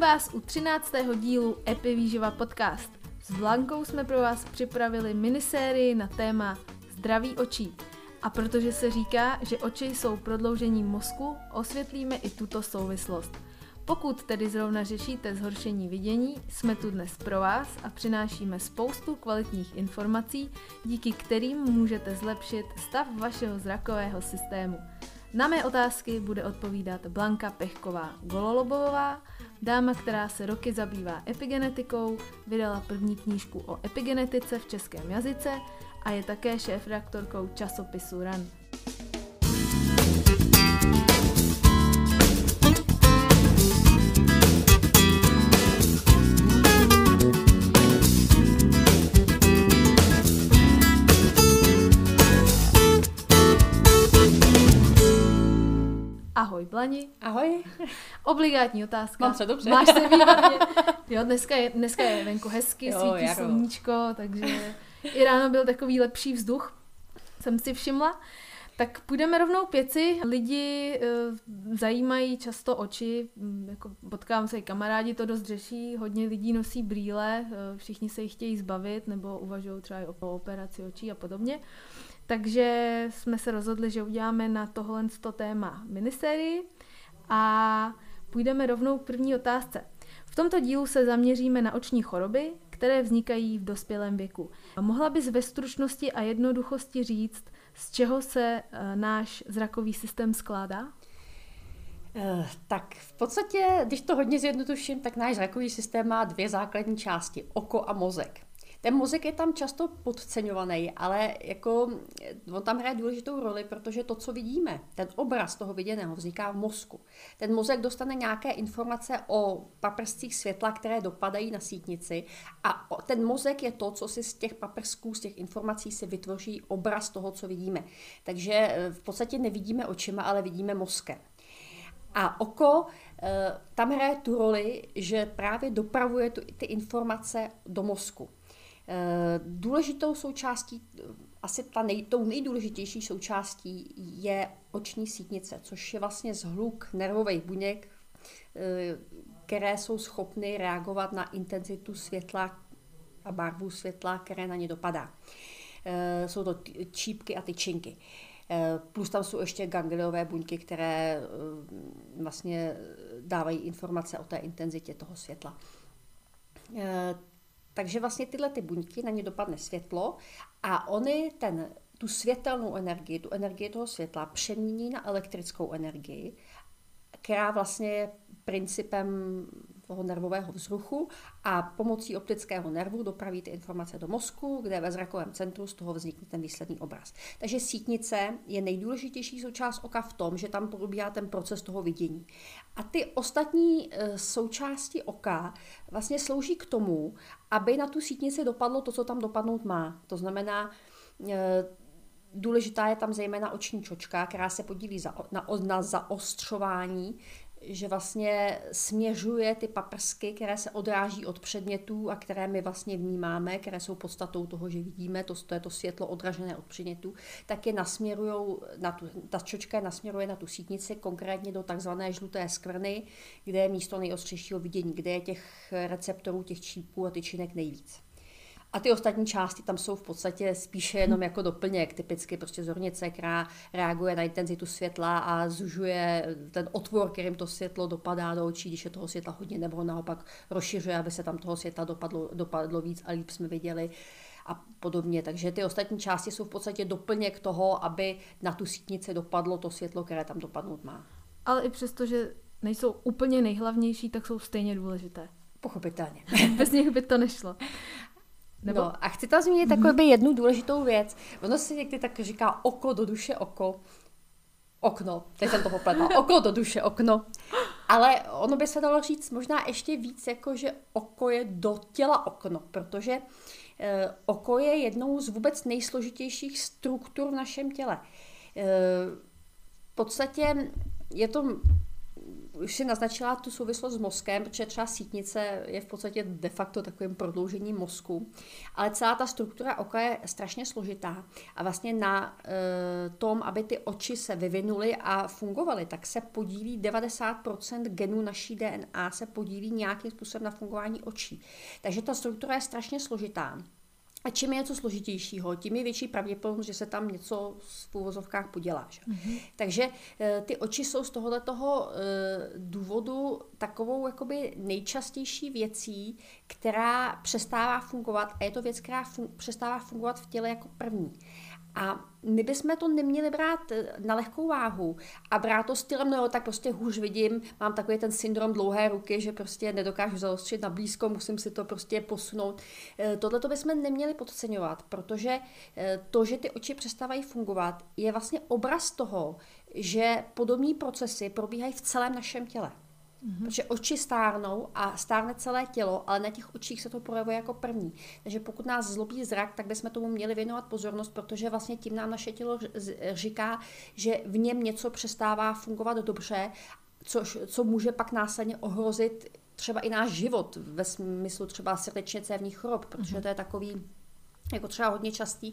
vás u 13. dílu Epivýživa podcast. S Blankou jsme pro vás připravili minisérii na téma zdraví očí. A protože se říká, že oči jsou prodloužením mozku, osvětlíme i tuto souvislost. Pokud tedy zrovna řešíte zhoršení vidění, jsme tu dnes pro vás a přinášíme spoustu kvalitních informací, díky kterým můžete zlepšit stav vašeho zrakového systému. Na mé otázky bude odpovídat Blanka Pechková-Gololobová, dáma, která se roky zabývá epigenetikou, vydala první knížku o epigenetice v českém jazyce a je také šéfredaktorkou časopisu RAN. Ahoj Blani. Ahoj. Obligátní otázka. Mám se dobře. Máš se výborně. Jo, dneska je venku hezky, jo, svítí jaro. sluníčko, takže i ráno byl takový lepší vzduch, jsem si všimla. Tak půjdeme rovnou k věci. Lidi zajímají často oči, jako potkám se i kamarádi, to dost řeší, hodně lidí nosí brýle, všichni se jich chtějí zbavit nebo uvažují třeba i o operaci očí a podobně. Takže jsme se rozhodli, že uděláme na tohle téma minisérii a půjdeme rovnou k první otázce. V tomto dílu se zaměříme na oční choroby, které vznikají v dospělém věku. Mohla bys ve stručnosti a jednoduchosti říct, z čeho se náš zrakový systém skládá? Tak v podstatě, když to hodně zjednoduším, tak náš zrakový systém má dvě základní části, oko a mozek. Ten mozek je tam často podceňovaný, ale on tam hraje důležitou roli, protože to, co vidíme, ten obraz toho viděného vzniká v mozku. Ten mozek dostane nějaké informace o paprscích světla, které dopadají na sítnici a ten mozek je to, co si z těch paprsků, z těch informací si vytvoří obraz toho, co vidíme. Takže v podstatě nevidíme očima, ale vidíme mozkem. A oko tam hraje tu roli, že právě dopravuje ty informace do mozku. Důležitou součástí, asi tou nejdůležitější součástí je oční sítnice, což je vlastně shluk nervových buněk, které jsou schopny reagovat na intenzitu světla a barvu světla, které na ně dopadá. Jsou to čípky a tyčinky. Plus tam jsou ještě gangliové buňky, které vlastně dávají informace o té intenzitě toho světla. Takže vlastně tyhle ty buňky, na ně dopadne světlo a oni tu světelnou energii, tu energii toho světla přemění na elektrickou energii, která vlastně je principem toho nervového vzruchu a pomocí optického nervu dopraví ty informace do mozku, kde ve zrakovém centru z toho vznikne ten výsledný obraz. Takže sítnice je nejdůležitější součást oka v tom, že tam probíhá ten proces toho vidění. A ty ostatní součásti oka vlastně slouží k tomu, aby na tu sítnici dopadlo to, co tam dopadnout má. To znamená, důležitá je tam zejména oční čočka, která se podílí na zaostřování, že vlastně směřuje ty paprsky, které se odráží od předmětů a které my vlastně vnímáme, které jsou podstatou toho, že vidíme, to je to světlo odražené od předmětů, tak je ta čočka je nasměruje na tu sítnici, konkrétně do takzvané žluté skvrny, kde je místo nejostřejšího vidění, kde je těch receptorů, těch čípků a tyčinek nejvíc. A ty ostatní části tam jsou v podstatě spíše jenom jako doplněk, typicky prostě zornice, která reaguje na intenzitu světla a zužuje ten otvor, kterým to světlo dopadá do očí, když je toho světla hodně, nebo naopak rozšiřuje, aby se tam toho světla dopadlo víc a líp jsme viděli a podobně. Takže ty ostatní části jsou v podstatě doplněk toho, aby na tu sítnici dopadlo to světlo, které tam dopadnout má. Ale i přesto, že nejsou úplně nejhlavnější, tak jsou stejně důležité. Pochopitelně. Bez nich by to nešlo. Nebo? No, a chci tam zmínit takovou jednu důležitou věc. Ono se někdy tak říká oko do duše oko. Okno, teď jsem to popletla. Oko do duše okno. Ale ono by se dalo říct možná ještě víc, jako že oko je do těla okno, protože oko je jednou z vůbec nejsložitějších struktur v našem těle. V podstatě je to už si naznačila tu souvislost s mozkem, protože třeba sítnice je v podstatě de facto takovým prodloužením mozku, ale celá ta struktura oka je strašně složitá a vlastně na tom, aby ty oči se vyvinuly a fungovaly, tak se podílí 90% genů naší DNA se podílí nějakým způsobem na fungování očí. Takže ta struktura je strašně složitá. A čím je něco složitějšího, tím je větší pravděpodobnost, že se tam něco v úvozovkách podělá. Mm-hmm. Takže ty oči jsou z tohoto důvodu takovou jakoby nejčastější věcí, která přestává fungovat a je to věc, která přestává fungovat v těle jako první. A my bychom to neměli brát na lehkou váhu a brát to stylem, no tak prostě hůř vidím, mám takový ten syndrom dlouhé ruky, že prostě nedokážu zaostřit na blízko, musím si to prostě posunout. Tohle to bychom neměli podceňovat, protože to, že ty oči přestávají fungovat, je vlastně obraz toho, že podobné procesy probíhají v celém našem těle. Mm-hmm. Protože oči stárnou a stárne celé tělo, ale na těch očích se to projevuje jako první. Takže pokud nás zlobí zrak, tak bychom tomu měli věnovat pozornost, protože vlastně tím nám naše tělo říká, že v něm něco přestává fungovat dobře, co může pak následně ohrozit třeba i náš život ve smyslu třeba srdečně-cévních chorob, protože to je takový jako třeba hodně častý.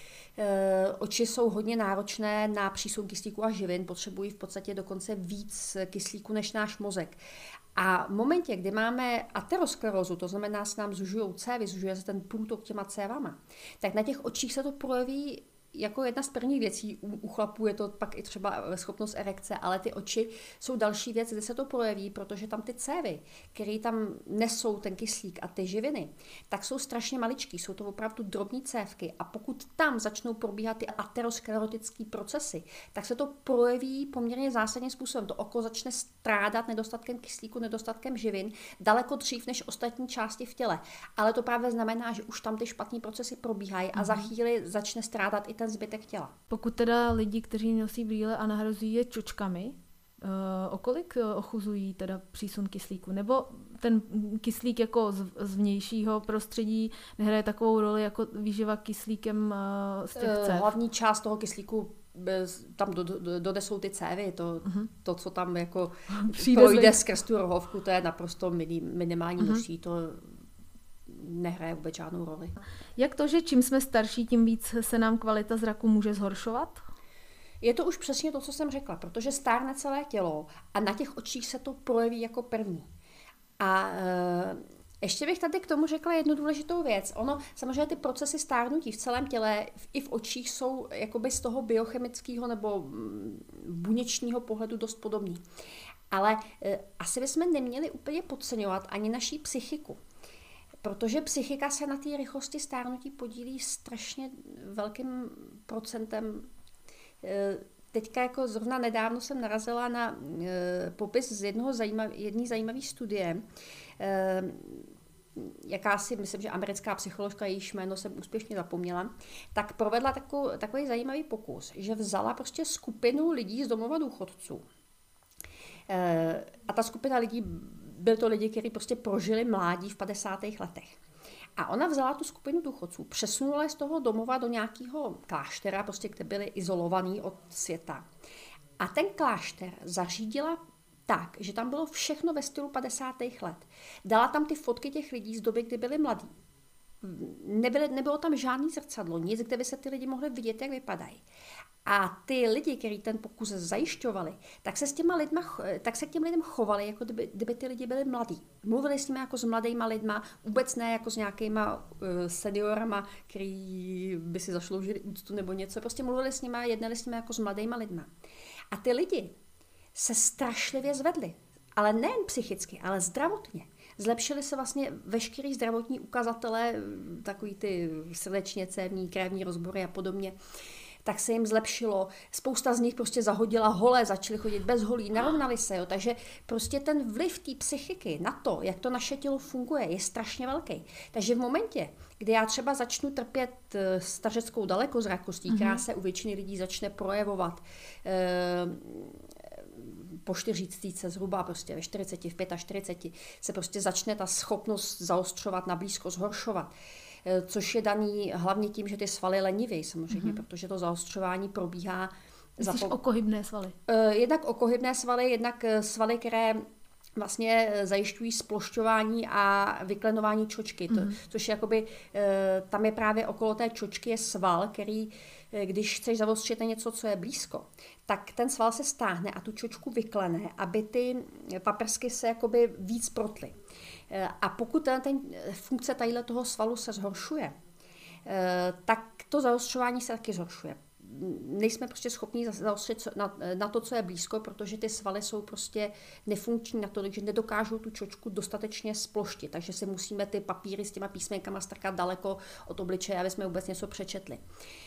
Oči jsou hodně náročné na přísun kyslíku a živin, potřebují v podstatě dokonce víc kyslíku než náš mozek. A v momentě, kdy máme aterosklerózu, to znamená, se nám zužují cévy, zužuje se ten průtok těma cévama, tak na těch očích se to projeví jako jedna z prvních věcí. U chlapů je to pak i třeba schopnost erekce, ale ty oči jsou další věc, kde se to projeví, protože tam ty cévy, které tam nesou ten kyslík a ty živiny, tak jsou strašně maličký, jsou to opravdu drobné cévky a pokud tam začnou probíhat ty aterosklerotické procesy, tak se to projeví poměrně zásadním způsobem. To oko začne strádat nedostatkem kyslíku, nedostatkem živin daleko dřív než ostatní části v těle. Ale to právě znamená, že už tam ty špatné procesy probíhají a za chvíli začne strádat i ten zbytek těla. Pokud teda lidi, kteří nosí brýle a nahrazují je čočkami, o kolik ochuzují teda přísun kyslíku? Nebo ten kyslík jako z vnějšího prostředí nehraje takovou roli jako výživa kyslíkem z těch cév? Hlavní část toho kyslíku tam donesou ty cévy, to, co tam jako projde skrz tu rohovku, to je naprosto minimální množství, to nehraje vůbec žádnou roli. Jak to, že čím jsme starší, tím víc se nám kvalita zraku může zhoršovat? Je to už přesně to, co jsem řekla, protože stárne celé tělo a na těch očích se to projeví jako první. A ještě bych tady k tomu řekla jednu důležitou věc. Samozřejmě ty procesy stárnutí v celém těle i v očích jsou jakoby z toho biochemického nebo buněčního pohledu dost podobný. Ale asi bychom neměli úplně podceňovat ani naší psychiku. Protože psychika se na té rychlosti stárnutí podílí strašně velkým procentem. Teďka jako zrovna nedávno jsem narazila na popis z jedné zajímavé studie, jakási, myslím, že americká psycholožka, jejíž jméno jsem úspěšně zapomněla, tak provedla takový zajímavý pokus, že vzala prostě skupinu lidí z domova důchodců. A ta skupina lidí, byli to lidi, kteří prostě prožili mládí v 50. letech. A ona vzala tu skupinu důchodců, přesunula je z toho domova do nějakého kláštera, prostě, kde byli izolovaní od světa. A ten klášter zařídila tak, že tam bylo všechno ve stylu 50. let. Dala tam ty fotky těch lidí z doby, kdy byli mladí. Nebylo tam žádný zrcadlo, nic, kde by se ty lidi mohli vidět, jak vypadají. A ty lidi, kteří ten pokus zajišťovali, tak se k těm lidem chovali, jako kdyby ty lidi byli mladí. Mluvili s nimi jako s mladýma lidma, vůbec ne jako s nějakýma seniorama, který by si zasloužili úctu nebo něco. Prostě mluvili s nimi, jednali s nimi jako s mladýma lidma. A ty lidi se strašlivě zvedli. Ale nejen psychicky, ale zdravotně. Zlepšily se vlastně veškerý zdravotní ukazatele, takový ty srdečně cévní, krevní rozbory a podobně. Tak se jim zlepšilo. Spousta z nich prostě zahodila hole, začali chodit bez holí, narovnali se. Jo. Takže prostě ten vliv té psychiky na to, jak to naše tělo funguje, je strašně velký. Takže v momentě, kdy já třeba začnu trpět stařeckou dalekozrakostí, která se u většiny lidí začne projevovat po 40 zhruba prostě ve 40, v 45 se prostě začne ta schopnost zaostřovat, nablízko zhoršovat. Což je daný hlavně tím, že ty svaly lenivějí samozřejmě, protože to zaostřování probíhá Myslíš okohybné svaly? Jednak okohybné svaly, jednak svaly, které vlastně zajišťují splošťování a vyklenování čočky. Což je jakoby, tam je právě okolo té čočky je sval, který, když chceš zavostřit něco, co je blízko, tak ten sval se stáhne a tu čočku vyklene, aby ty paprsky se jakoby víc protly. A pokud ten funkce toho svalu se zhoršuje, tak to zaostřování se taky zhoršuje. Nejsme prostě schopni zaostřit na to, co je blízko, protože ty svaly jsou prostě nefunkční natolik, že nedokážou tu čočku dostatečně sploštit, takže si musíme ty papíry s těma písmenkama strkat daleko od obličeje, aby jsme vůbec něco přečetli.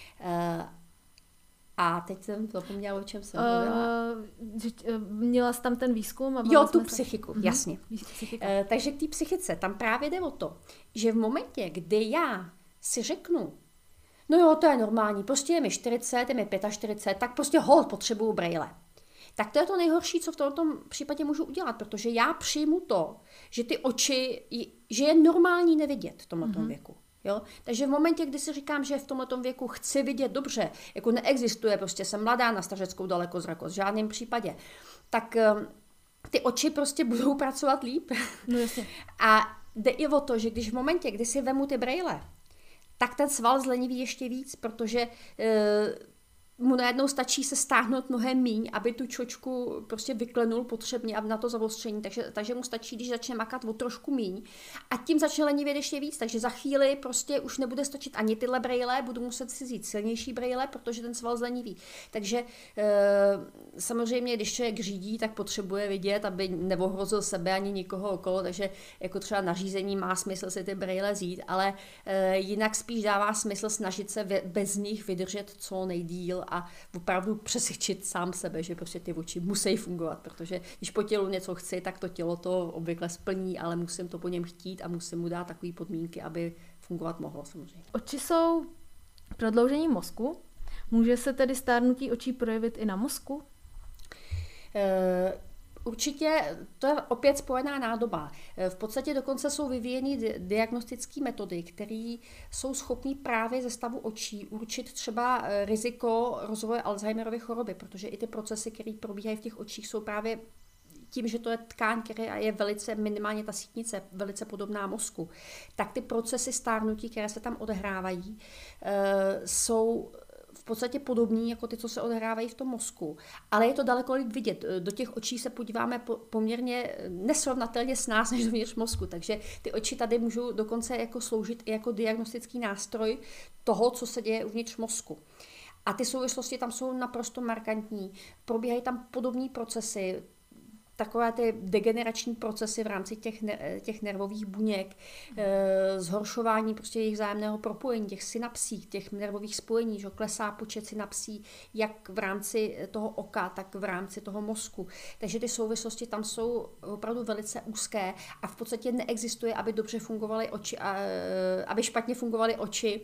A teď jsem zapomněla, o čem jsem mluvila. Měla jsi tam ten výzkum? Jo, tu psychiku, jasně. Takže k té psychice, tam právě jde o to, že v momentě, kdy já si řeknu, no jo, to je normální, prostě je mi 40, je mi 45, tak prostě hold potřebuju brejle. Tak to je to nejhorší, co v tomto případě můžu udělat, protože já přijmu to, že ty oči, že je normální nevidět v tomto věku. Jo? Takže v momentě, kdy si říkám, že v tomto věku chci vidět dobře, jako neexistuje, prostě jsem mladá na stařeckou dalekozrakost, v žádném případě, tak ty oči prostě budou pracovat líp. No jasně. A jde i o to, že když v momentě, kdy si vemu ty brejle, tak ten sval zleniví ještě víc, protože mu najednou stačí se stáhnout mnohem míň, aby tu čočku prostě vyklenul potřebně a na to zavostření, takže mu stačí, když začne makat o trošku míň a tím začne lenivět ještě víc, takže za chvíli prostě už nebude stačit ani tyhle brejle, budu muset si vzít silnější brejle, protože ten sval zleniví. Takže samozřejmě, když člověk řídí, tak potřebuje vidět, aby neohrozil sebe ani nikoho okolo, takže jako třeba nařízení má smysl si ty brejle vzít, ale jinak spíš dává smysl snažit se bez nich vydržet co nejdýl a opravdu přesvědčit sám sebe, že prostě ty oči musí fungovat, protože když po tělu něco chci, tak to tělo to obvykle splní, ale musím to po něm chtít a musím mu dát takové podmínky, aby fungovat mohlo samozřejmě. Oči jsou prodloužení mozku. Může se tedy stárnutí očí projevit i na mozku? Určitě to je opět spojená nádoba. V podstatě dokonce jsou vyvíjeny diagnostické metody, které jsou schopné právě ze stavu očí určit třeba riziko rozvoje Alzheimerovy choroby, protože i ty procesy, které probíhají v těch očích, jsou právě tím, že to je tkáň, která je velice, minimálně ta sítnice, velice podobná mozku, tak ty procesy stárnutí, které se tam odehrávají, jsou v podstatě podobný jako ty, co se odehrávají v tom mozku. Ale je to daleko líp vidět. Do těch očí se podíváme poměrně nesrovnatelně s nás než dovnitř mozku. Takže ty oči tady můžou dokonce jako sloužit i jako diagnostický nástroj toho, co se děje uvnitř mozku. A ty souvislosti tam jsou naprosto markantní. Probíhají tam podobné procesy, takové ty degenerační procesy v rámci těch nervových buněk, zhoršování prostě jejich vzájemného propojení, těch synapsí, těch nervových spojení, že klesá počet synapsí jak v rámci toho oka, tak v rámci toho mozku. Takže ty souvislosti tam jsou opravdu velice úzké a v podstatě neexistuje, aby dobře fungovaly oči, aby špatně fungovaly oči,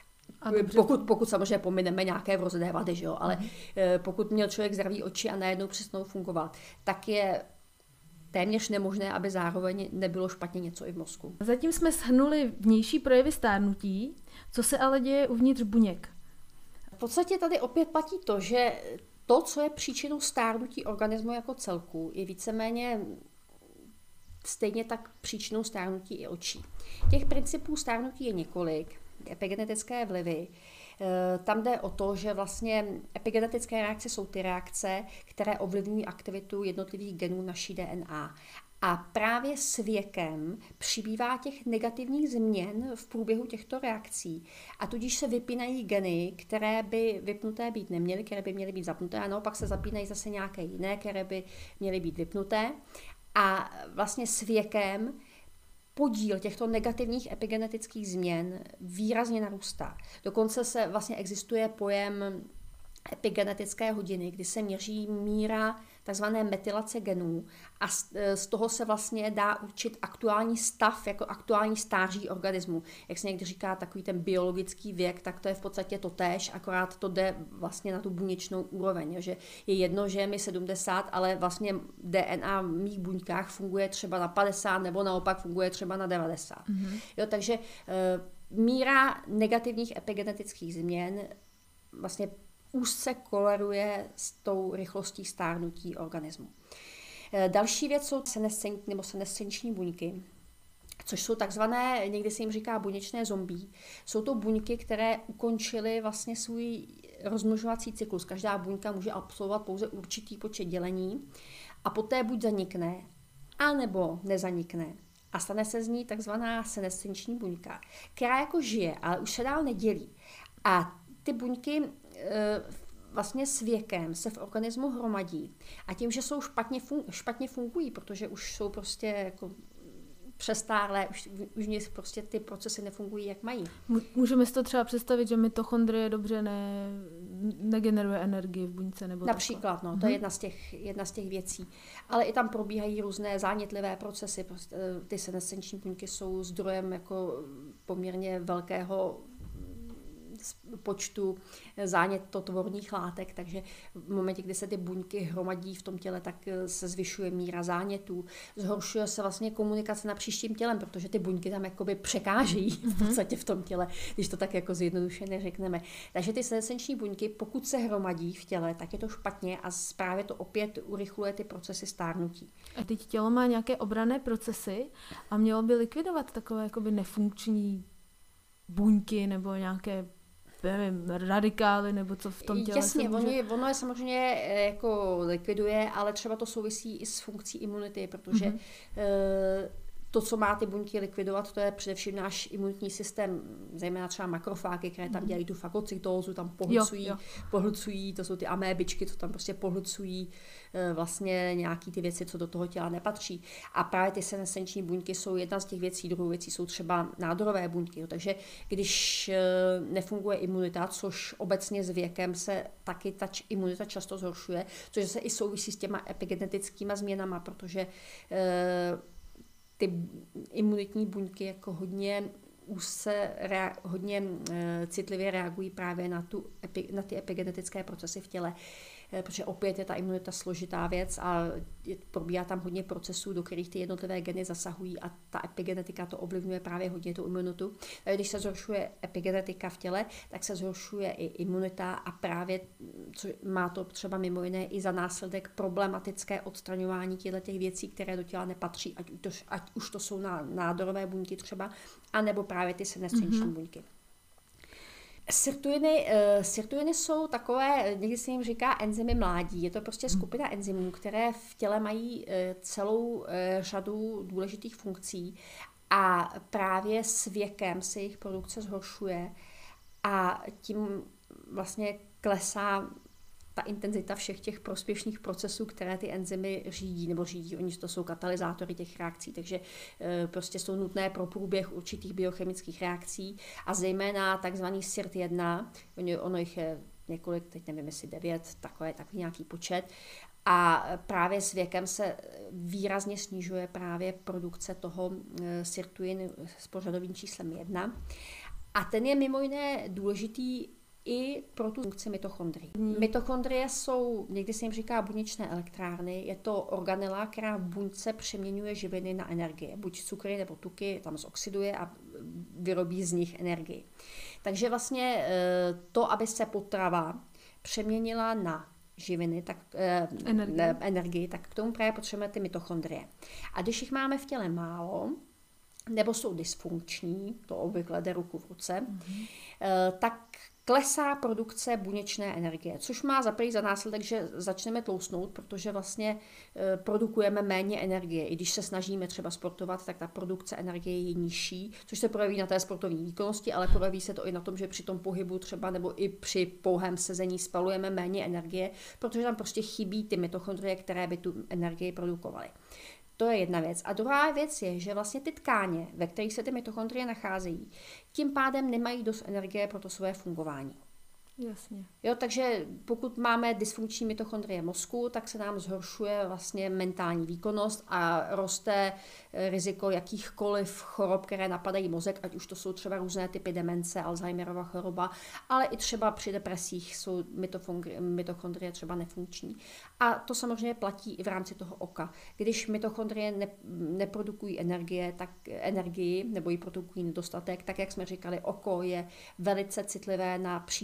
pokud samozřejmě pomineme nějaké vrozené vady, že jo? Ale pokud měl člověk zdravý oči a najednou přestanou fungovat, tak je téměř nemožné, aby zároveň nebylo špatně něco i v mozku. Zatím jsme shrnuli vnější projevy stárnutí, co se ale děje uvnitř buněk. V podstatě tady opět platí to, že to, co je příčinou stárnutí organismu jako celku, je víceméně stejně tak příčinou stárnutí i očí. Těch principů stárnutí je několik. Epigenetické vlivy. Tam jde o to, že vlastně epigenetické reakce jsou ty reakce, které ovlivňují aktivitu jednotlivých genů naší DNA. A právě s věkem přibývá těch negativních změn v průběhu těchto reakcí. A tudíž se vypínají geny, které by vypnuté být neměly, které by měly být zapnuté, a naopak se zapínají zase nějaké jiné, které by měly být vypnuté. A vlastně s věkem podíl těchto negativních epigenetických změn výrazně narůstá. Dokonce se vlastně existuje pojem epigenetické hodiny, kdy se měří míra tzv. Metylace genů a z toho se vlastně dá určit aktuální stav, jako aktuální stáří organismu. Jak se někdy říká takový ten biologický věk, tak to je v podstatě totéž, akorát to jde vlastně na tu buněčnou úroveň. Že je jedno, že je mi 70, ale vlastně DNA v mých buňkách funguje třeba na 50 nebo naopak funguje třeba na 90. Mm-hmm. Jo, takže míra negativních epigenetických změn vlastně úzce koreluje s tou rychlostí stárnutí organismu. Další věc jsou senescentní nebo senescenční buňky, což jsou takzvané, někdy se jim říká buněčné zombie. Jsou to buňky, které ukončily vlastně svůj rozmnožovací cyklus. Každá buňka může absolvovat pouze určitý počet dělení a poté buď zanikne, anebo nezanikne. A stane se z ní takzvaná senescenční buňka, která jako žije, ale už se dál nedělí. A ty buňky vlastně s věkem se v organismu hromadí. A tím, že jsou špatně fungují, protože už jsou prostě jako přestárlé, už mě prostě ty procesy nefungují, jak mají. Můžeme si to třeba představit, že mitochondrie dobře negeneruje energii v buňce? Nebo například, no, to je jedna z těch věcí. Ale i tam probíhají různé zánětlivé procesy. Prostě, ty senescenční buňky jsou zdrojem jako poměrně velkého počtu zánětotvorných látek, takže v momentě, kdy se ty buňky hromadí v tom těle, tak se zvyšuje míra zánětů. Zhoršuje se vlastně komunikace napříč tím tělem, protože ty buňky tam jakoby překážejí v podstatě v tom těle, když to tak jako zjednodušeně řekneme. Takže ty senescenční buňky, pokud se hromadí v těle, tak je to špatně a právě to opět urychluje ty procesy stárnutí. A teď tělo má nějaké obranné procesy a mělo by likvidovat takové jakoby nefunkční buňky nebo nějaké nevím, radikály, nebo co v tom těle. Jasně, ono je samozřejmě jako likviduje, ale třeba to souvisí i s funkcí imunity, protože to, co má ty buňky likvidovat, to je především náš imunitní systém, zejména třeba makrofágy, které tam dělají tu fagocytózu, tam pohlcují, to jsou ty amébičky, co tam prostě pohlcují vlastně nějaký ty věci, co do toho těla nepatří. A právě ty senescenční buňky jsou jedna z těch věcí, druhou věcí jsou třeba nádorové buňky. Jo. Takže když nefunguje imunita, což obecně s věkem se taky ta imunita často zhoršuje, což se i souvisí s těma epigenetickými změnama, protože ty imunitní buňky jako hodně citlivě reagují právě na ty epigenetické procesy v těle, protože opět je ta imunita složitá věc a probíhá tam hodně procesů, do kterých ty jednotlivé geny zasahují a ta epigenetika to ovlivňuje právě hodně tu imunitu. Takže když se zhoršuje epigenetika v těle, tak se zhoršuje i imunita a právě má to třeba mimo jiné i za následek problematické odstraňování těch věcí, které do těla nepatří, ať už to jsou nádorové buňky třeba, anebo právě ty senescenční buňky. Sirtuiny jsou takové, někdy se jim říká enzymy mládí. Je to prostě skupina enzymů, které v těle mají celou řadu důležitých funkcí a právě s věkem se jejich produkce zhoršuje a tím vlastně klesá ta intenzita všech těch prospěšných procesů, které ty enzymy řídí. Oni to jsou katalyzátory těch reakcí, takže prostě jsou nutné pro průběh určitých biochemických reakcí a zejména takzvaný SIRT1, ono jich je několik, teď nevím, jestli 9, takový nějaký počet, a právě s věkem se výrazně snižuje právě produkce toho sirtuin s pořadovým číslem 1 a ten je mimo jiné důležitý i pro tu funkci mitochondrií. Mitochondrie jsou, někdy se jim říká buněčné elektrárny, je to organela, která v buňce přeměňuje živiny na energie, buď cukry nebo tuky, tam zoxiduje a vyrobí z nich energii. Takže vlastně to, aby se potrava přeměnila na živiny, energii, tak k tomu právě potřebujeme ty mitochondrie. A když jich máme v těle málo, nebo jsou dysfunkční, to obvykle jde ruku v ruce, tak klesá produkce buněčné energie, což má za následek, že začneme tlousnout, protože vlastně produkujeme méně energie. I když se snažíme třeba sportovat, tak ta produkce energie je nižší, což se projeví na té sportovní výkonnosti, ale projeví se to i na tom, že při tom pohybu třeba nebo i při pouhém sezení spalujeme méně energie, protože tam prostě chybí ty mitochondrie, které by tu energii produkovaly. To je jedna věc. A druhá věc je, že vlastně ty tkáně, ve kterých se ty mitochondrie nacházejí, tím pádem nemají dost energie pro to své fungování. Jasně. Jo, takže pokud máme dysfunkční mitochondrie mozku, tak se nám zhoršuje vlastně mentální výkonnost a roste riziko jakýchkoliv chorob, které napadají mozek, ať už to jsou třeba různé typy demence, Alzheimerova choroba, ale i třeba při depresích jsou mitochondrie třeba nefunkční. A to samozřejmě platí i v rámci toho oka. Když mitochondrie neprodukují energii nebo ji produkují nedostatek, tak jak jsme říkali, oko je velice citlivé na přísun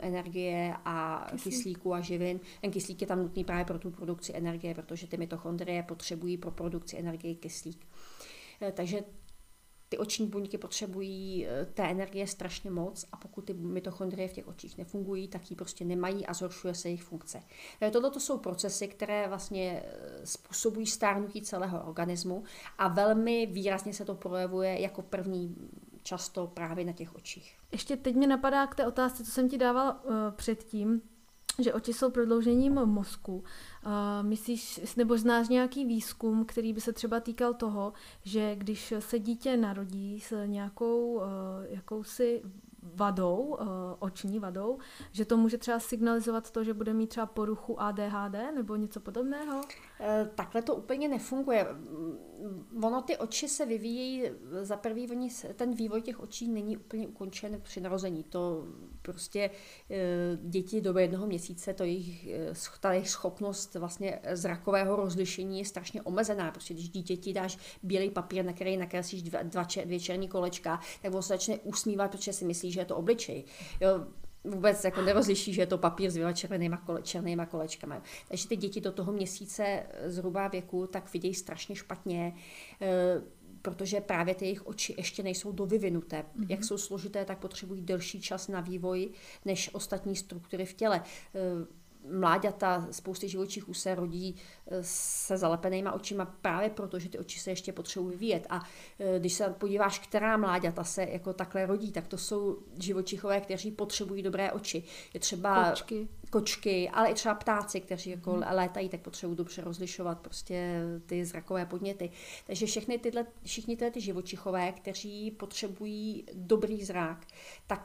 energie a kyslíku a živin. Ten kyslík je tam nutný právě pro tu produkci energie, protože ty mitochondrie potřebují pro produkci energie kyslík. Takže ty oční buňky potřebují té energie strašně moc a pokud ty mitochondrie v těch očích nefungují, tak ji prostě nemají a zhoršuje se jejich funkce. Tohle to jsou procesy, které vlastně způsobují stárnutí celého organismu a velmi výrazně se to projevuje jako první často právě na těch očích. Ještě teď mě napadá k té otázce, co jsem ti dávala předtím, že oči jsou prodloužením mozku. Myslíš, nebo znáš nějaký výzkum, který by se třeba týkal toho, že když se dítě narodí s nějakou jakousi vadou, oční vadou, že to může třeba signalizovat to, že bude mít třeba poruchu ADHD nebo něco podobného? Takhle to úplně nefunguje. Ono ty oči se vyvíjejí, za prvý ten vývoj těch očí není úplně ukončen při narození. To prostě děti do 1 měsíce, ta jejich schopnost vlastně zrakového rozlišení je strašně omezená. Prostě když dítěti dáš bílý papír, na který nakreslíš dvě černý kolečka, tak on se začne usmívat, protože si myslí, že je to obličej. Jo, vůbec jako nerozliší, že je to papír s 2 černýma kolečkama. Takže ty děti do toho měsíce zhruba věku tak vidějí strašně špatně, protože právě ty jejich oči ještě nejsou dovyvinuté. Jak jsou složité, tak potřebují delší čas na vývoj než ostatní struktury v těle. Mláďata, spousty živočichů se rodí se zalepenýma očima právě proto, že ty oči se ještě potřebují vyvíjet. A když se podíváš, která mláďata se jako takhle rodí, tak to jsou živočichové, kteří potřebují dobré oči. Je třeba kočky, ale i třeba ptáci, kteří jako létají, tak potřebují dobře rozlišovat prostě ty zrakové podněty. Takže všichni ty živočichové, kteří potřebují dobrý zrak, tak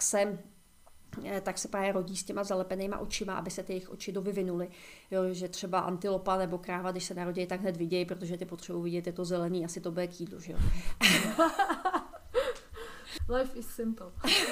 se právě rodí s těma zalepenýma očima, aby se ty jejich oči dovyvinuly. Jo, že třeba antilopa nebo kráva, když se narodí, tak hned vidějí, protože ty potřebují vidět, je to zelený, asi to bude k jídlu, že jo. Life is simple.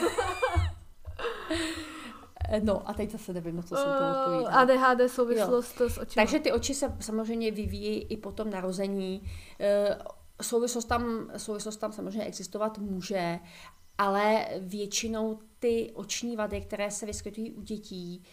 No a teď zase nevím, na co jsem to odpovídala. ADHD souvislost s očima. Takže ty oči se samozřejmě vyvíjí i po tom narození. Souvislost tam samozřejmě existovat může, ale většinou ty oční vady, které se vyskytují u dětí,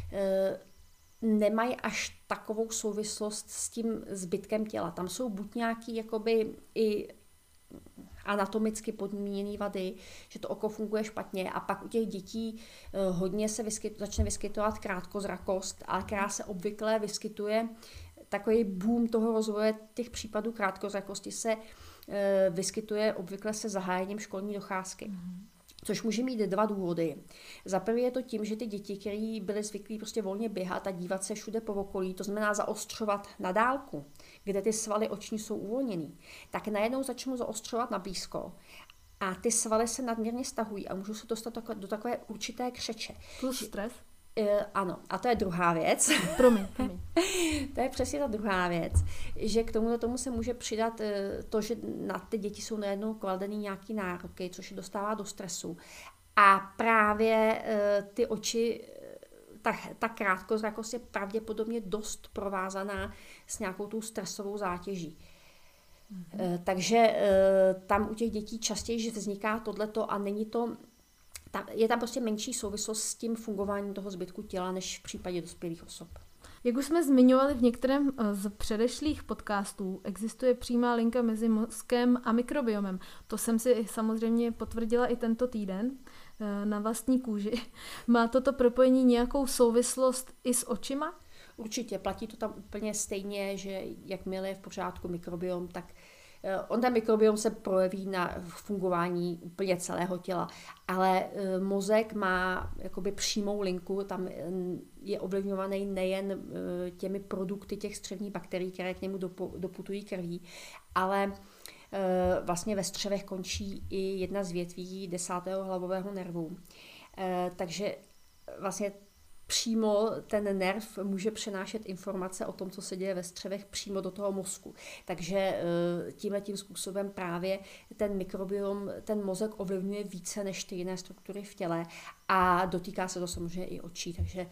nemají až takovou souvislost s tím zbytkem těla. Tam jsou buď nějaký jakoby i anatomicky podmíněné vady, že to oko funguje špatně a pak u těch dětí hodně se začne vyskytovat krátkozrakost, ale která se obvykle vyskytuje, takový boom toho rozvoje těch případů krátkozrakosti se vyskytuje obvykle se zahájením školní docházky. Což může mít 2 důvody. Za prvé je to tím, že ty děti, které byly zvyklí prostě volně běhat a dívat se všude po okolí, to znamená zaostřovat na dálku, kde ty svaly oční jsou uvolněný, tak najednou začnou zaostřovat na blízko a ty svaly se nadměrně stahují a můžou se dostat do takové určité křeče. Plus stres? Ano, a to je druhá věc. Promiň. To je přesně ta druhá věc, že k tomu se může přidat to, že na ty děti jsou najednou kladený nějaký nároky, což je dostává do stresu. A právě ty oči, ta krátkozrakost je pravděpodobně dost provázaná s nějakou tou stresovou zátěží. Takže tam u těch dětí častěji vzniká tohleto a není to... Je tam prostě menší souvislost s tím fungováním toho zbytku těla, než v případě dospělých osob. Jak už jsme zmiňovali v některém z předešlých podcastů, existuje přímá linka mezi mozkem a mikrobiomem. To jsem si samozřejmě potvrdila i tento týden na vlastní kůži. Má toto propojení nějakou souvislost i s očima? Určitě, platí to tam úplně stejně, že jakmile je v pořádku mikrobiom, tak ten mikrobiom se projeví na fungování úplně celého těla, ale mozek má jakoby přímou linku, tam je ovlivňovaný nejen těmi produkty těch střevních bakterií, které k němu doputují krví, ale vlastně ve střevech končí i jedna z větví 10. hlavového nervu. Takže vlastně přímo ten nerv může přenášet informace o tom, co se děje ve střevech přímo do toho mozku. Takže tímhletím způsobem právě ten mikrobiom, ten mozek ovlivňuje více než ty jiné struktury v těle a dotýká se to samozřejmě i očí. Takže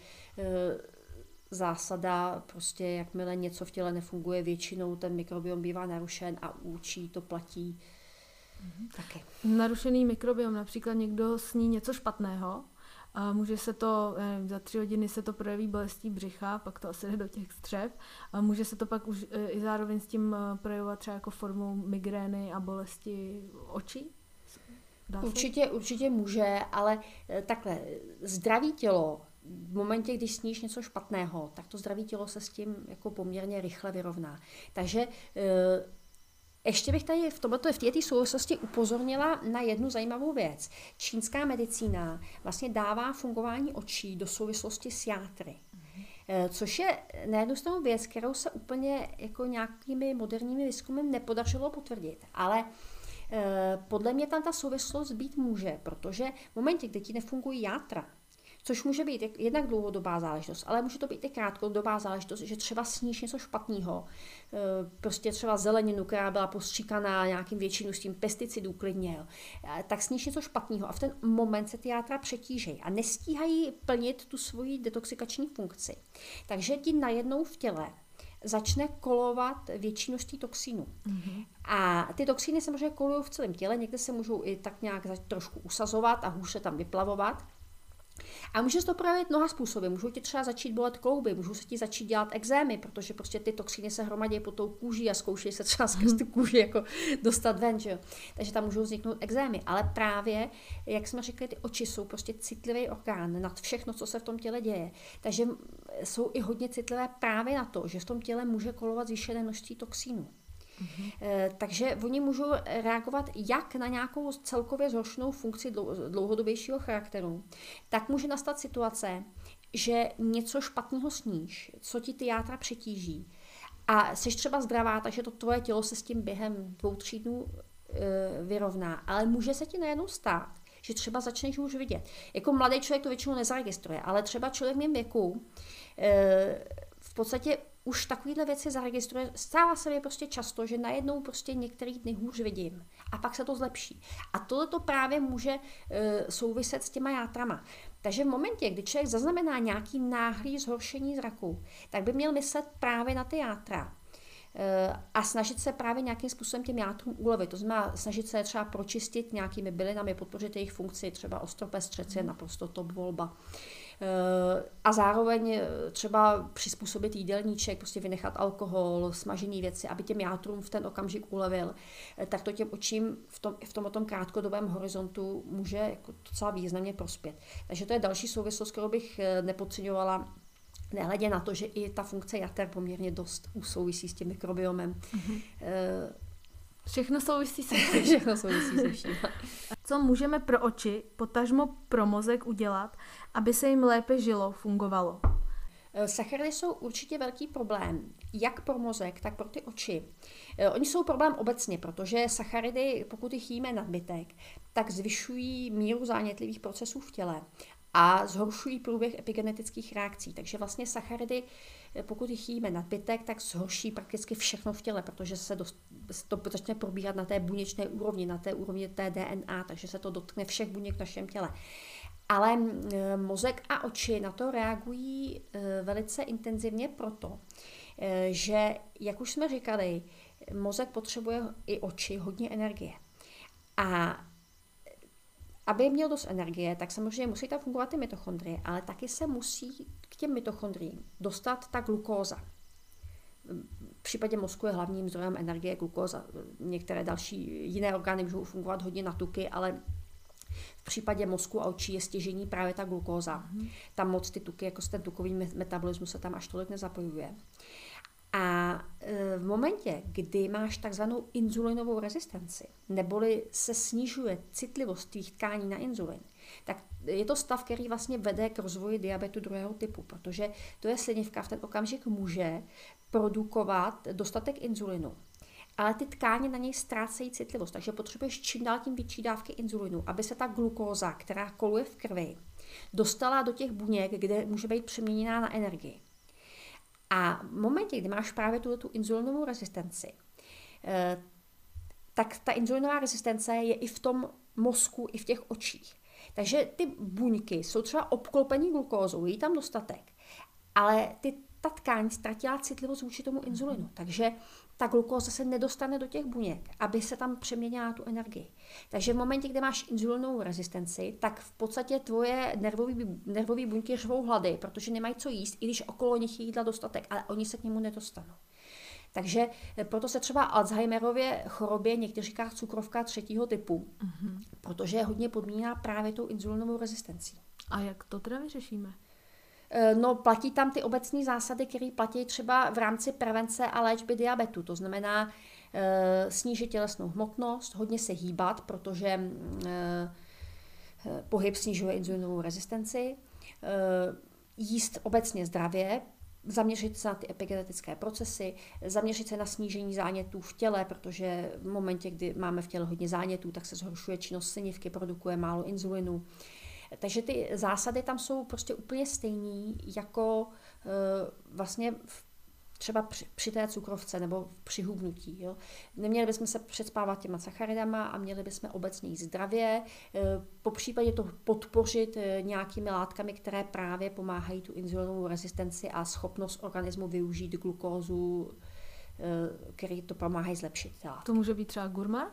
zásada, prostě jakmile něco v těle nefunguje, většinou ten mikrobiom bývá narušen a u očí to platí taky. Narušený mikrobiom, například někdo sní něco špatného A může se to, nevím, za 3 hodiny se to projeví bolestí břicha, pak to asi jde do těch střev. A může se to pak už i zároveň s tím projevovat třeba jako formou migrény a bolesti očí? Určitě může, ale takhle, zdravé tělo, v momentě, když sníš něco špatného, tak to zdravé tělo se s tím jako poměrně rychle vyrovná. Takže ještě bych tady v této souvislosti upozornila na jednu zajímavou věc. Čínská medicína vlastně dává fungování očí do souvislosti s játry. Což je na jednu stranu věc, kterou se úplně jako nějakými moderními výzkumy nepodařilo potvrdit. Ale podle mě tam ta souvislost být může, protože v momentě, kdy ti nefungují játra, což může být jednak dlouhodobá záležitost, ale může to být i krátkodobá záležitost, že třeba sníš něco špatného, prostě třeba zeleninu, která byla postříkaná nějakým větším množstvím pesticidů klidně, tak sníš něco špatného a v ten moment se ty játra přetížejí a nestíhají plnit tu svoji detoxikační funkci. Takže ti najednou v těle začne kolovat větší množství toxínů. Mm-hmm. A ty toxíny samozřejmě kolují v celém těle, někde se můžou i tak nějak trošku usazovat a hůř se tam vyplavovat. A může se to projevit mnoha způsoby. Můžou ti třeba začít bolet klouby, můžou se ti začít dělat ekzémy, protože prostě ty toxíny se hromadí pod tou kůží a zkoušejí se třeba skrz tu kůži jako dostat ven, že jo. Takže tam můžou vzniknout ekzémy. Ale právě, jak jsme řekli, ty oči jsou prostě citlivý orgán nad všechno, co se v tom těle děje. Takže jsou i hodně citlivé právě na to, že v tom těle může kolovat zvýšené množství toxínů. Takže oni můžou reagovat jak na nějakou celkově zhoršenou funkci dlouhodobějšího charakteru, tak může nastat situace, že něco špatného sníš, co ti ty játra přetíží a jsi třeba zdravá, takže to tvoje tělo se s tím během 2-3 dnů vyrovná, ale může se ti najednou stát, že třeba začneš už vidět. Jako mladý člověk to většinou nezaregistruje, ale třeba člověk v mém věku v podstatě už takovýhle věci zaregistruje. Stává se mi prostě často, že najednou prostě některý dny hůř vidím a pak se to zlepší. A tohle to právě může souviset s těma játrama. Takže v momentě, kdy člověk zaznamená nějaký náhlý zhoršení zraku, tak by měl myslet právě na ty játra a snažit se právě nějakým způsobem těm játrům ulevit. To znamená snažit se třeba pročistit nějakými bylinami, podpořit jejich funkci, třeba ostropestřec je naprosto top volba. A zároveň třeba přizpůsobit jídelníček, prostě vynechat alkohol, smažené věci, aby těm játrům v ten okamžik ulevil, tak to těm očím v tom krátkodobém horizontu může jako docela významně prospět. Takže to je další souvislost, kterou bych nepodceňovala, nehledě na to, že i ta funkce jater poměrně dost souvisí s tím mikrobiomem. Mm-hmm. Všechno souvisí se vším. Všechno souvisí se vším. Co můžeme pro oči, potažmo pro mozek udělat, aby se jim lépe žilo, fungovalo? Sacharidy jsou určitě velký problém, jak pro mozek, tak pro ty oči. Oni jsou problém obecně, protože sacharidy, pokud jich jíme nadbytek, tak zvyšují míru zánětlivých procesů v těle a zhoršují průběh epigenetických reakcí. Takže vlastně sacharidy, pokud jich jíme nadbytek, tak zhorší prakticky všechno v těle, protože se to začne probíhat na té buněčné úrovni, na té úrovni té DNA, takže se to dotkne všech buněk v našem těle. Ale mozek a oči na to reagují velice intenzivně proto, že, jak už jsme říkali, mozek potřebuje i oči hodně energie. A aby měl dost energie, tak samozřejmě musí tam fungovat ty mitochondrie, ale taky se musí k těm mitochondriím dostat ta glukóza. V případě mozku je hlavním zdrojem energie glukóza. Některé další jiné orgány můžou fungovat hodně na tuky, ale v případě mozku a očí je stěžení právě ta glukóza. Tam moc ty tuky, jako ten tukový metabolismus se tam až tolik nezapojuje. A v momentě, kdy máš takzvanou inzulinovou rezistenci, neboli se snižuje citlivost tvých tkání na inzulin, tak je to stav, který vlastně vede k rozvoji diabetu 2. typu, protože to je slinivka v ten okamžik může produkovat dostatek inzulinu. Ale ty tkáně na něj ztrácejí citlivost, takže potřebuješ čím dál tím větší dávky inzulinu, aby se ta glukóza, která koluje v krvi, dostala do těch buněk, kde může být přeměněná na energii. A v momentě, kdy máš právě tu inzulinovou rezistenci, tak ta inzulinová rezistence je i v tom mozku, i v těch očích. Takže ty buňky jsou třeba obklopení glukózou, je tam dostatek, ale ty ta tkáň ztratila citlivost vůči tomu inzulinu. Takže ta glukóza se nedostane do těch buněk, aby se tam přeměnila na tu energii. Takže v momentě, kdy máš inzulinovou rezistenci, tak v podstatě tvoje nervové buňky řvou hlady, protože nemají co jíst, i když okolo nich je jídla dostatek, ale oni se k němu nedostanou. Takže proto se třeba Alzheimerově chorobě někteří říká cukrovka 3. typu, protože je hodně podmíněná právě tou inzulinovou rezistencí. A jak to teda vyřešíme? No, platí tam ty obecné zásady, které platí třeba v rámci prevence a léčby diabetu. To znamená snížit tělesnou hmotnost, hodně se hýbat, protože pohyb snižuje inzulinovou rezistenci, jíst obecně zdravě, zaměřit se na ty epigenetické procesy, zaměřit se na snížení zánětů v těle, protože v momentě, kdy máme v těle hodně zánětů, tak se zhoršuje činnost slinivky, produkuje málo inzulinu. Takže ty zásady tam jsou prostě úplně stejný, jako vlastně třeba při té cukrovce nebo při hubnutí. Jo. Neměli bychom se předspávat těma sacharidama a měli bychom obecně jíst zdravě, po případě to podpořit nějakými látkami, které právě pomáhají tu inzulinovou rezistenci a schopnost organismu využít glukózu, který to pomáhají zlepšit. To může být třeba gurmar?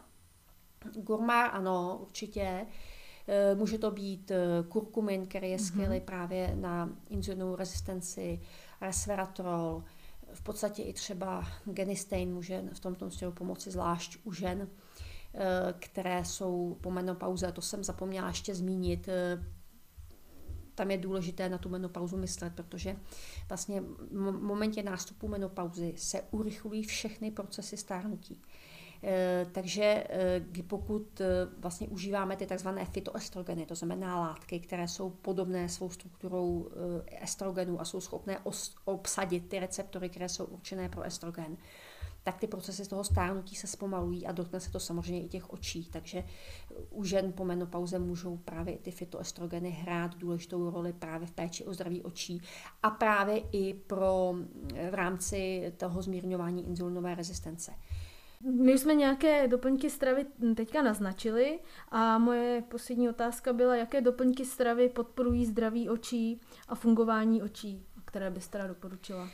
Gurmar, ano, určitě. Může to být kurkumin, který je skvělý právě na inzulinovou rezistenci, resveratrol, v podstatě i třeba genistein může v tomto směru pomoci, zvlášť u žen, které jsou po menopauze. To jsem zapomněla ještě zmínit. Tam je důležité na tu menopauzu myslet, protože vlastně v momentě nástupu menopauzy se urychlují všechny procesy stárnutí. Takže pokud vlastně užíváme ty tzv. Fytoestrogeny, to znamená látky, které jsou podobné svou strukturou estrogenů a jsou schopné obsadit ty receptory, které jsou určené pro estrogen, tak ty procesy z toho stárnutí se zpomalují a dotkne se to samozřejmě i těch očí. Takže u žen po menopauze můžou právě ty fytoestrogeny hrát důležitou roli právě v péči o zdraví očí a právě i v rámci toho zmírňování inzulinové rezistence. My jsme nějaké doplňky stravy teďka naznačili a moje poslední otázka byla, jaké doplňky stravy podporují zdraví očí a fungování očí, které byste teda doporučila?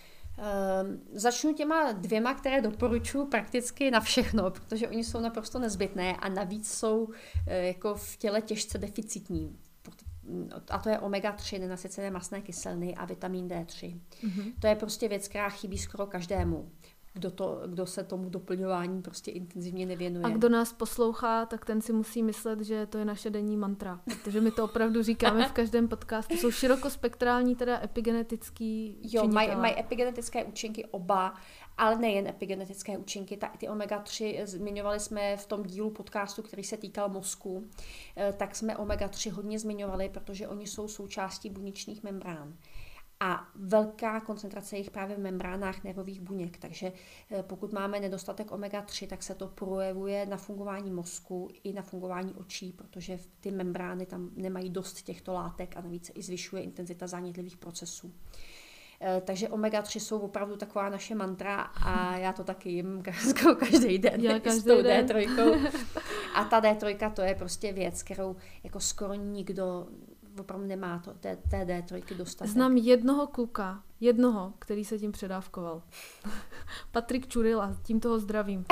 Začnu těma 2, které doporučuji prakticky na všechno, protože oni jsou naprosto nezbytné a navíc jsou jako v těle těžce deficitní. A to je omega-3, nenasycené mastné kyseliny a vitamin D3. To je prostě věc, která chybí skoro každému, kdo se tomu doplňování prostě intenzivně nevěnuje. A kdo nás poslouchá, tak ten si musí myslet, že to je naše denní mantra, protože my to opravdu říkáme v každém podcastu. Jsou širokospektrální, teda epigenetický činitelé. Jo, mají epigenetické účinky oba, ale nejen epigenetické účinky. Ty omega-3 zmiňovali jsme v tom dílu podcastu, který se týkal mozku, tak jsme omega-3 hodně zmiňovali, protože oni jsou součástí buněčných membrán. A velká koncentrace jich právě v membránách nervových buněk. Takže pokud máme nedostatek omega-3, tak se to projevuje na fungování mozku i na fungování očí, protože ty membrány tam nemají dost těchto látek a navíc i zvyšuje intenzita zánětlivých procesů. Takže omega-3 jsou opravdu taková naše mantra a já to taky jim každý den s tou D3. A ta D3 to je prostě věc, kterou jako skoro nikdo opravdu nemá té D3 dostatek. Znám jednoho kluka, který se tím předávkoval. Patrik Čurila, tím toho zdravím.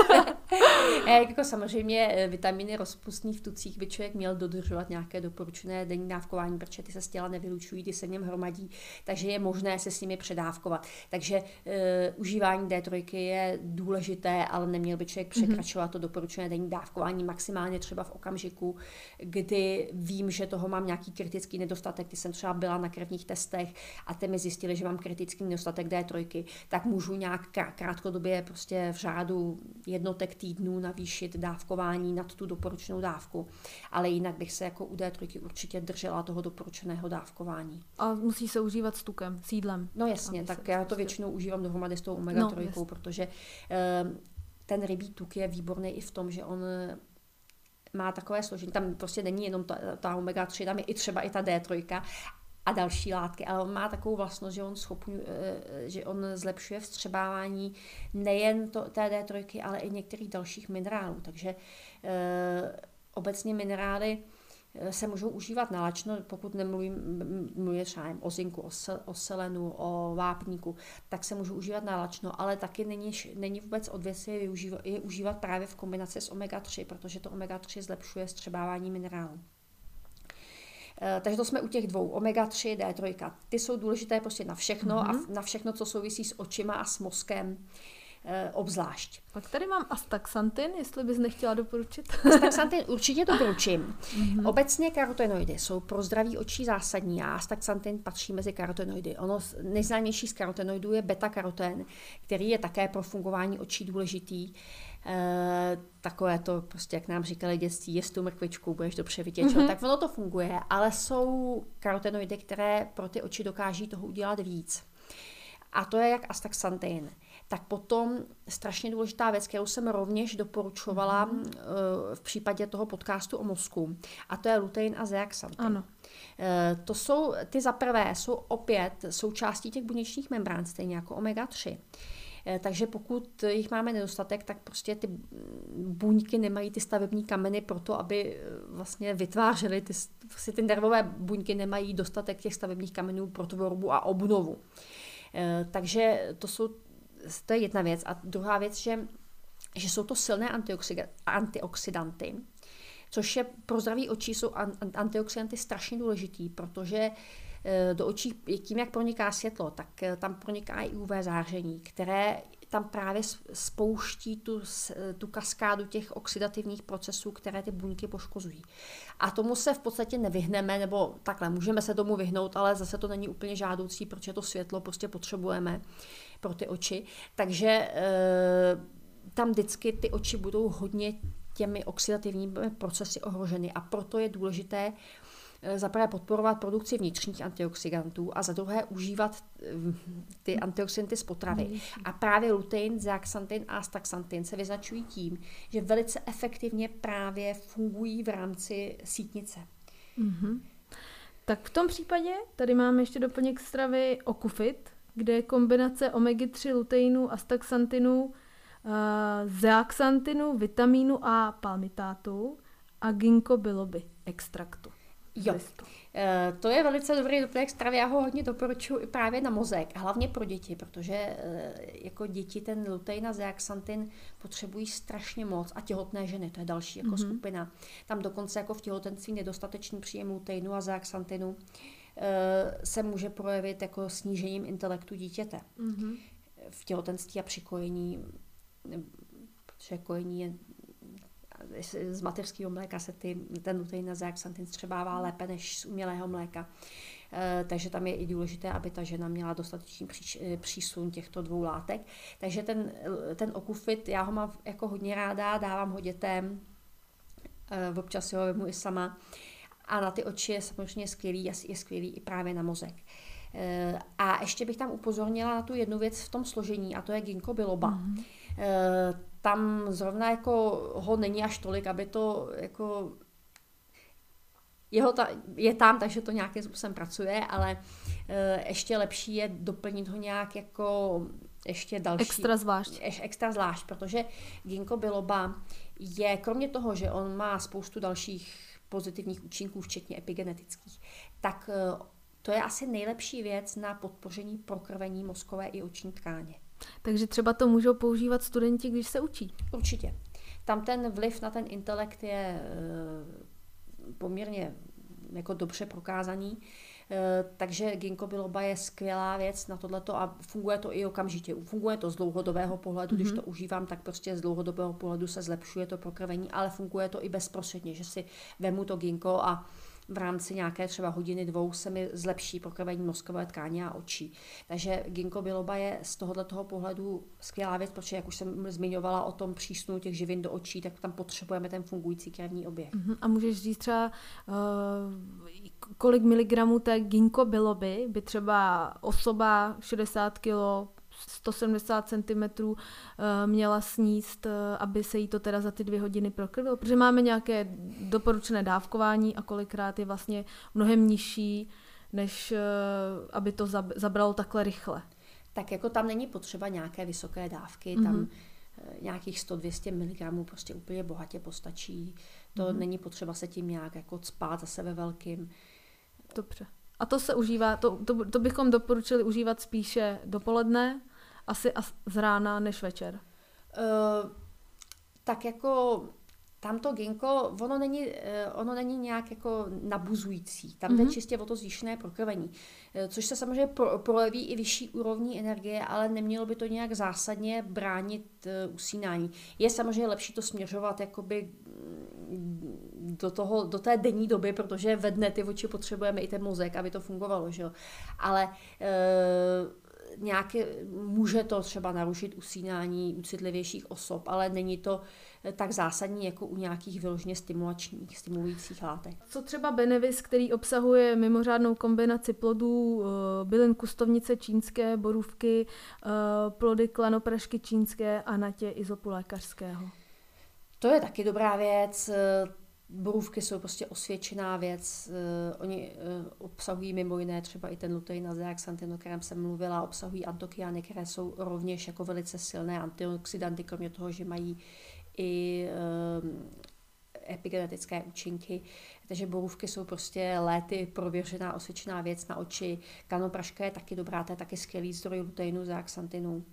Jako samozřejmě vitaminy rozpustný v tucích by člověk měl dodržovat nějaké doporučené denní dávkování, protože ty se z těla nevylučují, ty se v něm hromadí, takže je možné se s nimi předávkovat. Takže užívání D3 je důležité, ale neměl by člověk překračovat to doporučené denní dávkování maximálně třeba v okamžiku, kdy vím, že toho mám nějaký kritický nedostatek, když jsem třeba byla na krevních testech a ty mi zjistili, že mám kritický nedostatek D3, tak můžu nějak krátkodobě prostě v řádu jednotek týdnů navýšit dávkování nad tu doporučenou dávku. Ale jinak bych se jako u D3 určitě držela toho doporučeného dávkování. A musí se užívat s tukem, s jídlem. No jasně, tak já to většinou užívám dohromady s tou omega-3, protože ten rybí tuk je výborný i v tom, že on má takové složení, tam prostě není jenom ta omega-3, tam je i třeba i ta D3 a další látky, ale on má takovou vlastnost, že on zlepšuje vstřebávání nejen té D3, ale i některých dalších minerálů. Takže obecně minerály se můžou užívat nalačno, pokud mluvím třeba o zinku, o selenu, o vápníku, tak se můžou užívat nalačno, ale taky není vůbec od věci je užívat právě v kombinaci s omega-3, protože to omega-3 zlepšuje střebávání minerálů. Takže to jsme u těch dvou, omega-3, D3. Ty jsou důležité prostě na všechno a na všechno, co souvisí s očima a s mozkem obzvlášť. Pak tady mám astaxantin, jestli bys nechtěla doporučit. Astaxantin určitě doporučím. Obecně karotenoidy jsou pro zdraví očí zásadní a astaxantin patří mezi karotenoidy. Nejznámější z karotenoidů je beta-karoten, který je také pro fungování očí důležitý. Takové to prostě, jak nám říkali dětství, jest tu mrkvičku, budeš dobře vidět, tak ono to funguje, ale jsou karotenoidy, které pro ty oči dokáží toho udělat víc. A to je jak astaxantin. Tak potom strašně důležitá věc, kterou jsem rovněž doporučovala v případě toho podcastu o mozku, a to je lutein a zeaxantin. Ano. To jsou, ty zaprvé jsou opět součástí těch buněčných membrán, stejně jako omega-3. Takže pokud jich máme nedostatek, tak prostě ty buňky nemají ty stavební kameny pro to, aby vlastně vytvářely, ty nervové buňky nemají dostatek těch stavebních kamenů pro tvorbu a obnovu. Takže to je jedna věc. A druhá věc, že jsou to silné antioxidanty, což je pro zdraví očí jsou antioxidanty strašně důležitý, protože do očí, tím, jak proniká světlo, tak tam proniká i UV záření, které tam právě spouští tu kaskádu těch oxidativních procesů, které ty buňky poškozují. A tomu se v podstatě nevyhneme, nebo takhle, můžeme se tomu vyhnout, ale zase to není úplně žádoucí, protože to světlo prostě potřebujeme pro ty oči. Takže tam vždycky ty oči budou hodně těmi oxidativními procesy ohroženy a proto je důležité za prvé podporovat produkci vnitřních antioxidantů a za druhé užívat ty antioxidanty z potravy. A právě lutein, zeaxantin a astaxantin se vyznačují tím, že velice efektivně právě fungují v rámci sítnice. Tak v tom případě tady máme ještě doplněk stravy Okufit, kde je kombinace omega-3, luteinu, astaxantinu, zeaxantinu, vitamínu A, palmitátu a ginkgo biloby extraktu. Jo, to je velice dobrý doplněk stravy, já ho hodně doporučuji i právě na mozek, hlavně pro děti, protože jako děti ten lutein a zeaxantin potřebují strašně moc a těhotné ženy, to je další jako skupina. Tam dokonce jako v těhotenství nedostatečný příjem luteinu a zeaxantinu se může projevit jako snížením intelektu dítěte. V těhotenství a při kojení, protože kojení je z mateřského mléka se ten lutein a zeaxantin střebává lépe než z umělého mléka. Takže tam je i důležité, aby ta žena měla dostatečný přísun těchto dvou látek. Takže ten Okufit, já ho mám jako hodně ráda, dávám ho dětem, občas ho vemu i sama. A na ty oči je samozřejmě skvělý, je skvělý i právě na mozek. A ještě bych tam upozornila na tu jednu věc v tom složení, a to je ginkgo biloba. Tam zrovna jako ho není až tolik, aby to jako je tam, takže to nějakým způsobem pracuje, ale ještě lepší je doplnit ho nějak jako ještě další. Extra zvlášť, protože ginkgo biloba je, kromě toho, že on má spoustu dalších pozitivních účinků, včetně epigenetických, tak to je asi nejlepší věc na podpoření prokrvení mozkové i oční tkáně. Takže třeba to můžou používat studenti, když se učí? Určitě. Tam ten vliv na ten intelekt je poměrně jako dobře prokázaný, takže ginkgo biloba je skvělá věc na tohleto a funguje to i okamžitě. Funguje to z dlouhodobého pohledu, když to užívám, tak prostě z dlouhodobého pohledu se zlepšuje to prokrvení, ale funguje to i bezprostředně, že si vemu to ginkgo a v rámci nějaké třeba hodiny, dvou se mi zlepší prokrvení mozkové tkáně a očí. Takže ginkgo biloba je z tohoto pohledu skvělá věc, protože jak už jsem zmiňovala o tom přísunu těch živin do očí, tak tam potřebujeme ten fungující krevní oběh. A můžeš říct třeba, kolik miligramů té ginkgo biloby by třeba osoba 60 kg, 170 cm měla sníst, aby se jí to teda za ty 2 hodiny prokrvilo? Protože máme nějaké doporučené dávkování a kolikrát je vlastně mnohem nižší, než aby to zabralo takhle rychle. Tak jako tam není potřeba nějaké vysoké dávky, tam nějakých 100-200 mg prostě úplně bohatě postačí. To není potřeba se tím nějak jako cpát zase ve velkým. Dobře. A to se užívá, to bychom doporučili užívat spíše dopoledne, asi z rána než večer. Tak jako tamto ginkgo, ono není nějak jako nabuzující. Tam jde čistě o to zvýšené prokrvení. Což se samozřejmě projeví i vyšší úrovní energie, ale nemělo by to nějak zásadně bránit usínání. Je samozřejmě lepší to směřovat jakoby do té denní doby, protože ve dne ty oči potřebujeme i ten mozek, aby to fungovalo, že jo. Ale může to třeba narušit usínání u citlivějších osob, ale není to tak zásadní jako u nějakých vyloženě stimulujících látek. Co třeba Benevis, který obsahuje mimořádnou kombinaci plodů, bylin kustovnice čínské, borůvky, plody klanoprašky čínské a natě izopu lékařského? To je taky dobrá věc. Borůvky jsou prostě osvědčená věc. Oni obsahují mimo jiné třeba i ten lutein a zeaxanthin, o kterém jsem mluvila, obsahují antokyany, které jsou rovněž jako velice silné antioxidanty, kromě toho, že mají i epigenetické účinky. Takže borůvky jsou prostě léty prověřená, osvědčená věc na oči. Klanopraška je taky dobrá, to je taky skvělý zdroj luteinu, zeaxanthinu.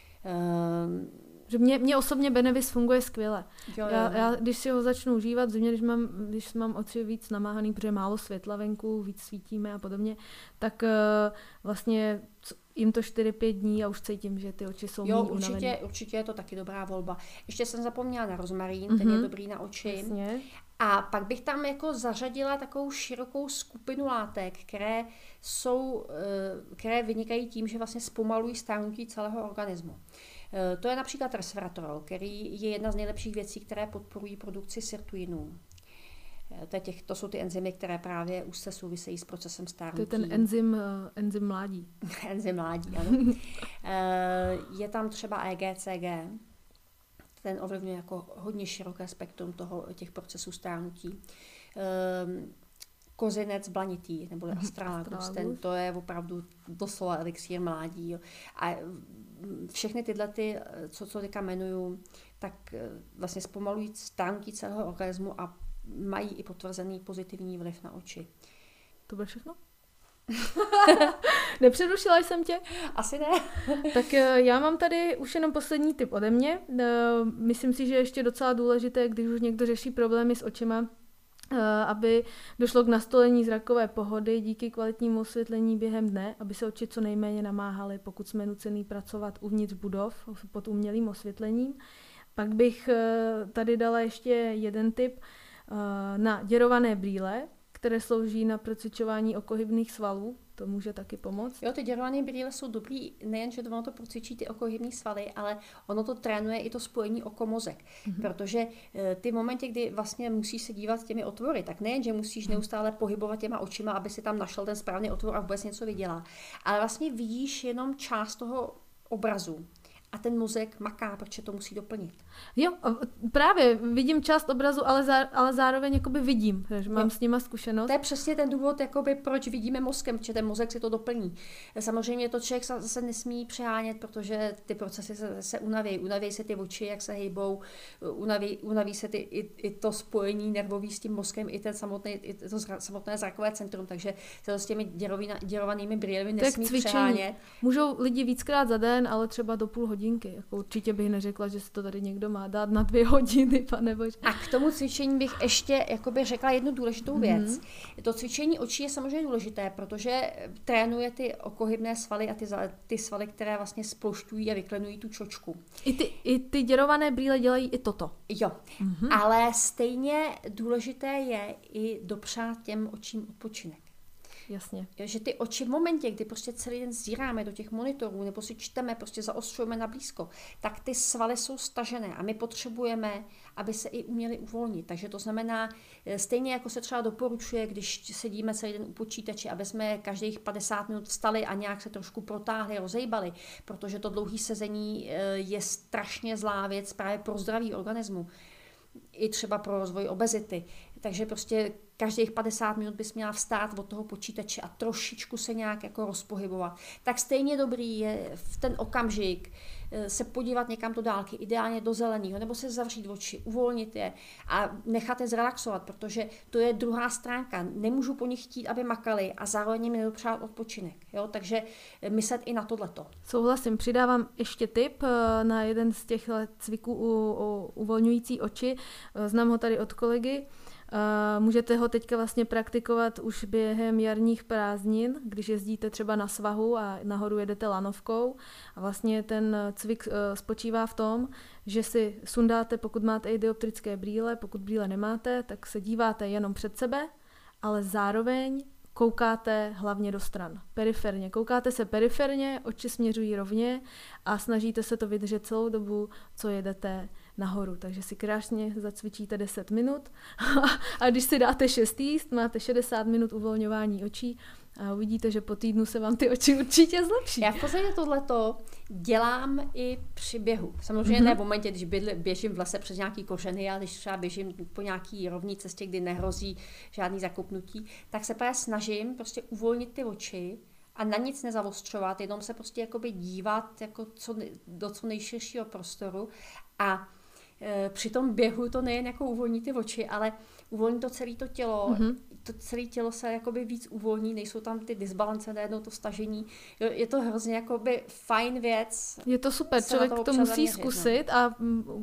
Že mě osobně Benevis funguje skvěle. Jo. Já když si ho začnu užívat, když mám oči víc namáhaný, protože málo světla venku, víc svítíme a podobně, tak vlastně jim to 4-5 dní a už cítím, že ty oči jsou méně unavené. Určitě je to taky dobrá volba. Ještě jsem zapomněla na rozmarín, ten je dobrý na oči. Jasně. A pak bych tam jako zařadila takovou širokou skupinu látek, které vynikají tím, že vlastně zpomalují stárnutí celého organismu. To je například resveratrol, který je jedna z nejlepších věcí, které podporují produkci sirtuinů. To jsou ty enzymy, které právě už se souvisejí s procesem stárnutí. To je ten enzym mládí. Enzym mládí, ano. Je tam třeba EGCG, ten ovlivňuje jako hodně široké spektrum těch procesů stárnutí. Kozinec blanitý, nebo astragalus, to je opravdu doslova elixír mládí. Jo. A všechny tyhle, co teďka jmenuju, tak vlastně zpomalují stárnutí celého organismu a mají i potvrzený pozitivní vliv na oči. To bude všechno? Nepřerušila jsem tě? Asi ne. Tak já mám tady už jenom poslední tip ode mě. Myslím si, že ještě docela důležité, když už někdo řeší problémy s očima, aby došlo k nastolení zrakové pohody díky kvalitnímu osvětlení během dne, aby se oči co nejméně namáhaly, pokud jsme nucený pracovat uvnitř budov pod umělým osvětlením. Pak bych tady dala ještě jeden tip na děrované brýle, které slouží na procvičování okohybných svalů. To může taky pomoct. Jo, ty děrované brýle jsou dobrý, nejen, že ono to procvičí ty okohybné svaly, ale ono to trénuje i to spojení oko-mozek. Protože ty momenty, kdy vlastně musíš se dívat těmi otvory, tak nejen, že musíš neustále pohybovat těma očima, aby si tam našel ten správný otvor a vůbec něco viděla, ale vlastně vidíš jenom část toho obrazu. A ten mozek maká, protože to musí doplnit. Jo, právě vidím část obrazu, ale zároveň jakoby vidím, že mám s nima zkušenost. To je přesně ten důvod, jakoby, proč vidíme mozkem, protože ten mozek si to doplní. Samozřejmě to člověk se nesmí přehánět, protože ty procesy se unaví. Unaví se ty oči, jak se hejbou, unaví se i to spojení nervový s tím mozkem, i to samotné zrakové centrum, takže se to s těmi děrovanými brýlemi nesmí přehánět. Můžou lidi víckrát za den, ale třeba do půl hodinky. Jako určitě bych neřekla, že si to tady někdo má dát na 2 hodiny, panebože. A k tomu cvičení bych ještě řekla jednu důležitou věc. To cvičení očí je samozřejmě důležité, protože trénuje ty okohybné svaly a ty svaly, které vlastně splošťují a vyklenují tu čočku. I ty děrované brýle dělají i toto. Jo, ale stejně důležité je i dopřát těm očím odpočinek. Jasně. Jo, že ty oči v momentě, kdy prostě celý den zíráme do těch monitorů nebo si čteme, prostě zaostřujeme na blízko, tak ty svaly jsou stažené a my potřebujeme, aby se i uměly uvolnit. Takže to znamená, stejně jako se třeba doporučuje, když sedíme celý den u počítače, aby jsme každých 50 minut vstali a nějak se trošku protáhli, rozejbali, protože to dlouhé sezení je strašně zlá věc právě pro zdraví organismu. I třeba pro rozvoj obezity, takže prostě každých 50 minut bys měla vstát od toho počítače a trošičku se nějak jako rozpohybovat. Tak stejně dobrý je v ten okamžik se podívat někam do dálky, ideálně do zeleného, nebo se zavřít oči, uvolnit je a nechat je zrelaxovat, protože to je druhá stránka. Nemůžu po nich chtít, aby makali a zároveň mi nedopřát odpočinek. Jo? Takže myslet i na tohleto. Souhlasím, přidávám ještě tip na jeden z těch cviků uvolňující oči. Znám ho tady od kolegy. Můžete ho teďka vlastně praktikovat už během jarních prázdnin, když jezdíte třeba na svahu a nahoru jedete lanovkou. A vlastně ten cvik spočívá v tom, že si sundáte, pokud máte i dioptrické brýle, pokud brýle nemáte, tak se díváte jenom před sebe, ale zároveň koukáte hlavně do stran, periferně. Koukáte se periferně, oči směřují rovně a snažíte se to vydržet celou dobu, co jedete nahoru. Takže si krásně zacvičíte 10 minut a když si dáte 6 jízd, máte 60 minut uvolňování očí a uvidíte, že po týdnu se vám ty oči určitě zlepší. Já v podstatě tohleto dělám i při běhu. Samozřejmě ne v momentě, když běžím v lese přes nějaký kořeny, ale když třeba běžím po nějaký rovné cestě, kdy nehrozí žádný zakopnutí, tak se právě snažím prostě uvolnit ty oči a na nic nezavostřovat, jenom se prostě jakoby dívat jako do co nejširšího prostoru a při tom běhu to nejen jako uvolní ty oči, ale uvolní to celé to tělo. To celé tělo se jakoby víc uvolní, nejsou tam ty disbalance, najednou to stažení. Je to hrozně jakoby fajn věc. Je to super, člověk to musí zkusit a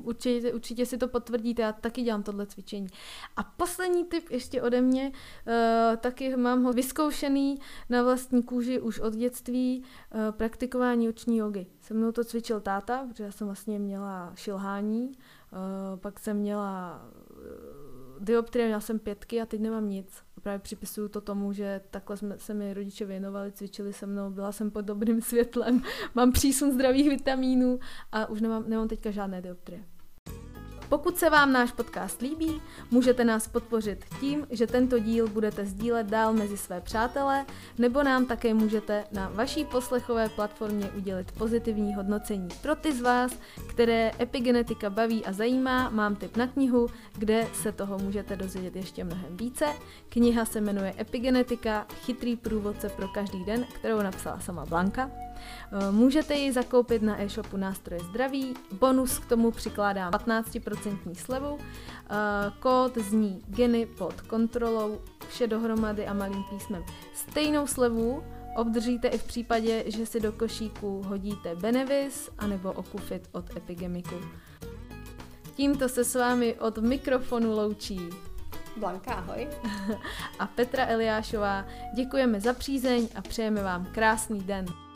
určitě si to potvrdíte, já taky dělám tohle cvičení. A poslední tip ještě ode mě, taky mám ho vyzkoušený na vlastní kůži už od dětství, praktikování oční jogy. Se mnou to cvičil táta, protože já jsem vlastně měla šilhání, pak jsem měla dioptrie, měla jsem 5 a teď nemám nic. A právě připisuju to tomu, že takhle se mi rodiče věnovali, cvičili se mnou, byla jsem pod dobrým světlem, mám přísun zdravých vitamínů a už nemám teďka žádné dioptrie. Pokud se vám náš podcast líbí, můžete nás podpořit tím, že tento díl budete sdílet dál mezi své přátele, nebo nám také můžete na vaší poslechové platformě udělit pozitivní hodnocení. Pro ty z vás, které epigenetika baví a zajímá, mám tip na knihu, kde se toho můžete dozvědět ještě mnohem více. Kniha se jmenuje Epigenetika, chytrý průvodce pro každý den, kterou napsala sama Blanka. Můžete ji zakoupit na e-shopu Nástroje zdraví, bonus k tomu přikládám 15% slevu, kód zní Geny pod kontrolou, vše dohromady a malým písmem. Stejnou slevu obdržíte i v případě, že si do košíku hodíte Benevis anebo Okufit od Epigemiku. Tímto se s vámi od mikrofonu loučí Blanka, ahoj. A Petra Eliášová. Děkujeme za přízeň a přejeme vám krásný den.